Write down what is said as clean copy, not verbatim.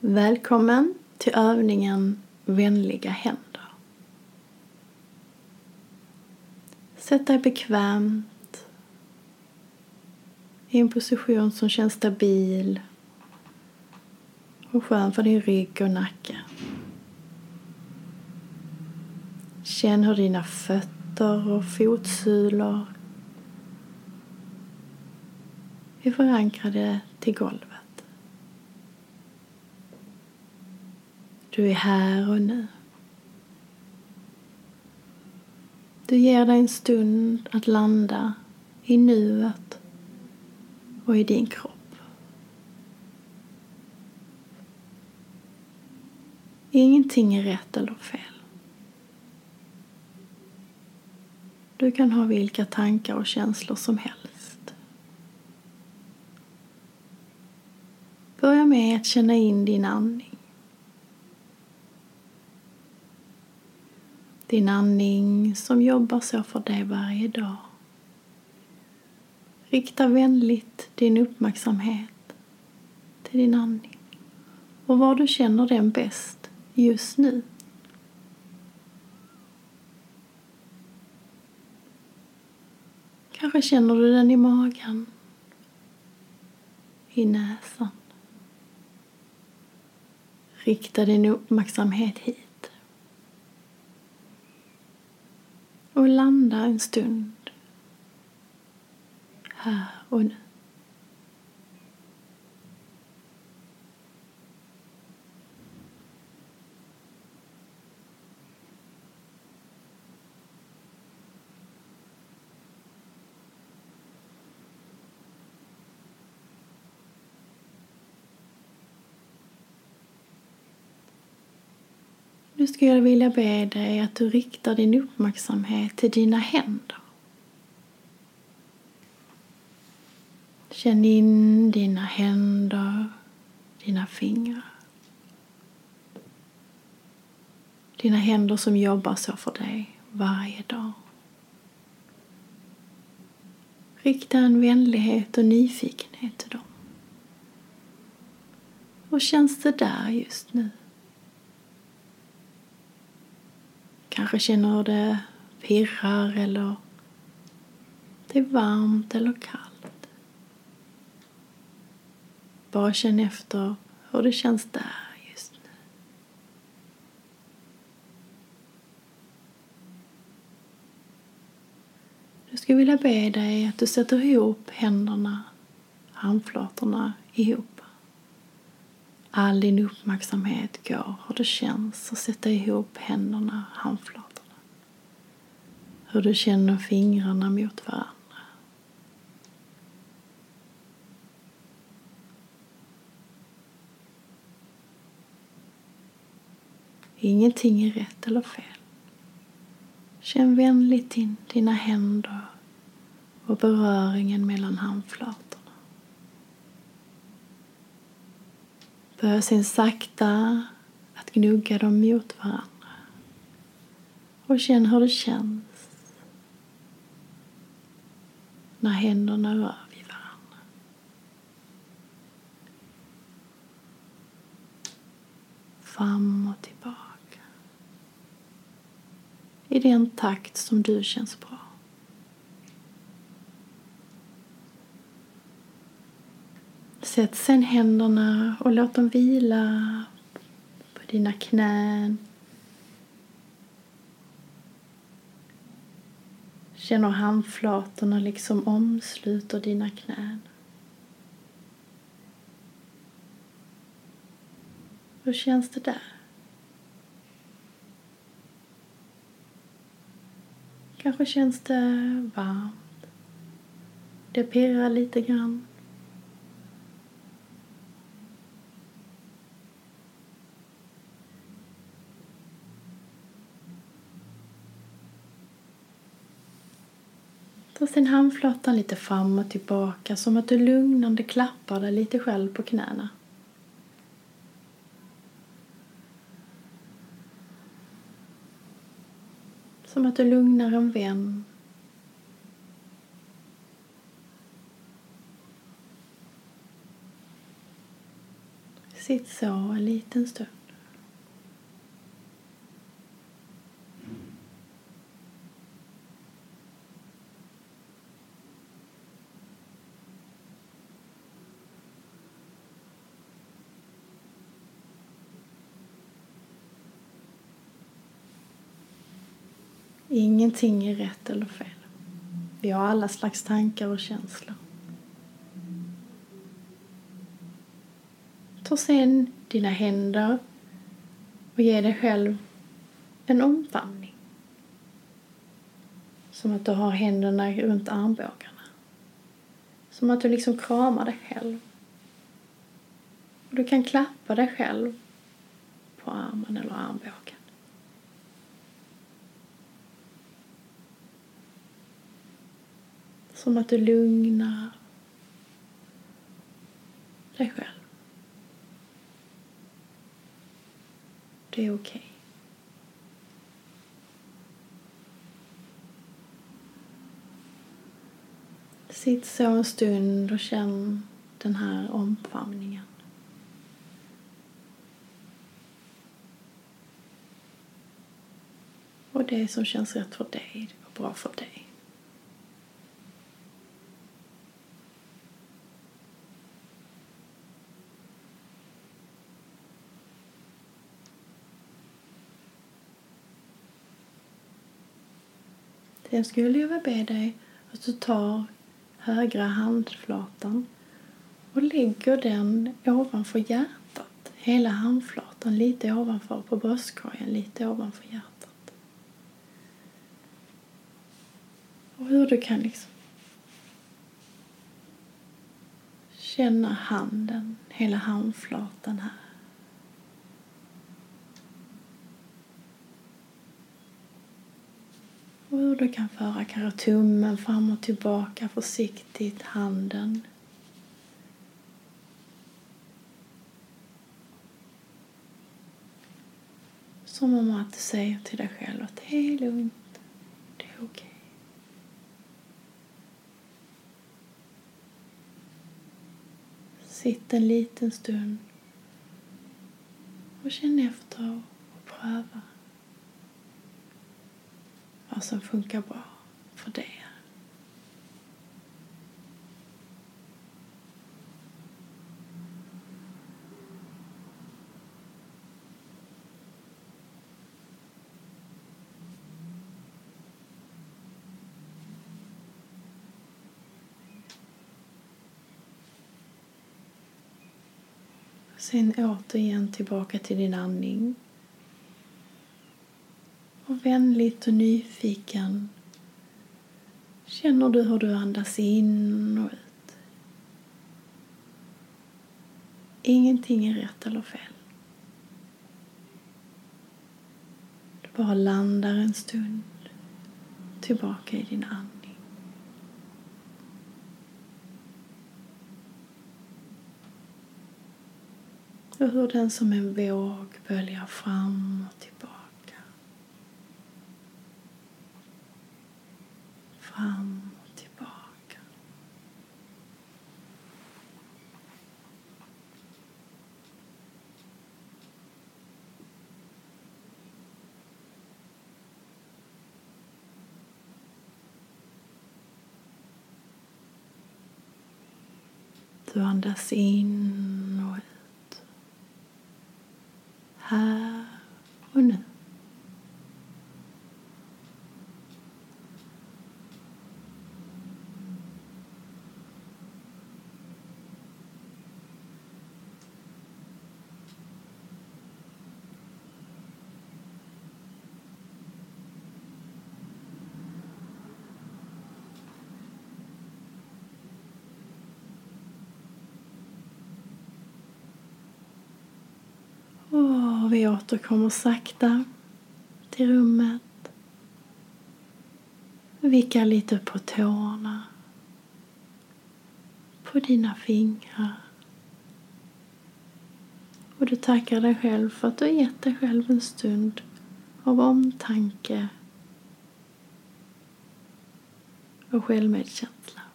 Välkommen till övningen vänliga händer. Sätt dig bekvämt i en position som känns stabil och skön för din rygg och nacke. Känn hur dina fötter och fotsulor är förankrade till golvet. Du är här och nu. Du ger dig en stund att landa i nuet och i din kropp. Ingenting är rätt eller fel. Du kan ha vilka tankar och känslor som helst. Börja med att känna in din andning. Din andning som jobbar så för dig varje dag. Rikta vänligt din uppmärksamhet till din andning och var du känner den bäst just nu. Kanske känner du den i magen, i näsan. Rikta din uppmärksamhet hit. Och landa en stund här och nu. Nu skulle jag vilja be dig att du riktar din uppmärksamhet till dina händer. Känn in dina händer, dina fingrar. Dina händer som jobbar så för dig varje dag. Rikta en vänlighet och nyfikenhet till dem. Hur känns det där just nu? Kanske känner du det pirrar eller det är varmt eller kallt. Bara känn efter hur det känns där just nu. Jag skulle vilja be dig att du sätter ihop händerna, handflatorna ihop. All din uppmärksamhet går hur det känns att sätta ihop händerna, handflatorna. Hur du känner fingrarna mot varandra. Ingenting är rätt eller fel. Känn vänligt in dina händer och beröringen mellan handflatorna. Börja sen sakta att gnugga dem mot varandra. Och känn hur det känns när händerna rör vid varandra. Fram och tillbaka. I den takt som du känns bra. Sätt sen händerna och låt dem vila på dina knän. Känner handflatorna liksom omsluter dina knän. Hur känns det där? Kanske känns det varmt. Det pirrar lite grann. Ta sen handflatan lite fram och tillbaka som att du lugnande klappar dig lite själv på knäna. Som att du lugnar en vän. Sitt så en liten stund. Ingenting är rätt eller fel. Vi har alla slags tankar och känslor. Ta sen dina händer och ge dig själv en omfamning. Som att du har händerna runt armbågarna. Som att du liksom kramar dig själv. Och du kan klappa dig själv på armen eller armbågen. Som att du lugnar dig själv. Det är okej. Sitt så en stund och känn den här omfamningen. Och det som känns rätt för dig, det var bra för dig. Sen skulle jag vilja be dig att du tar högra handflatan och lägger den ovanför hjärtat. Hela handflatan lite ovanför på bröstkorgen, lite ovanför hjärtat. Och hur du kan liksom känna handen, hela handflatan här. Och hur du kan föra kanske tummen fram och tillbaka försiktigt, handen. Som om att du säger till dig själv att det är lugnt, det är okej. Sitt en liten stund och känn efter och pröva vad som funkar bra för dig. Sen återigen tillbaka till din andning. Och vänligt och nyfiken känner du hur du andas in och ut. Ingenting är rätt eller fel. Du bara landar en stund tillbaka i din andning. Och hur den som en våg böljar fram och tillbaka. Fram och tillbaka. Du andas in och ut. Här och nu. Och vi återkommer sakta till rummet. Vickar lite på tårna. På dina fingrar. Och du tackar dig själv för att du har gett dig själv en stund av omtanke och självmedkänsla.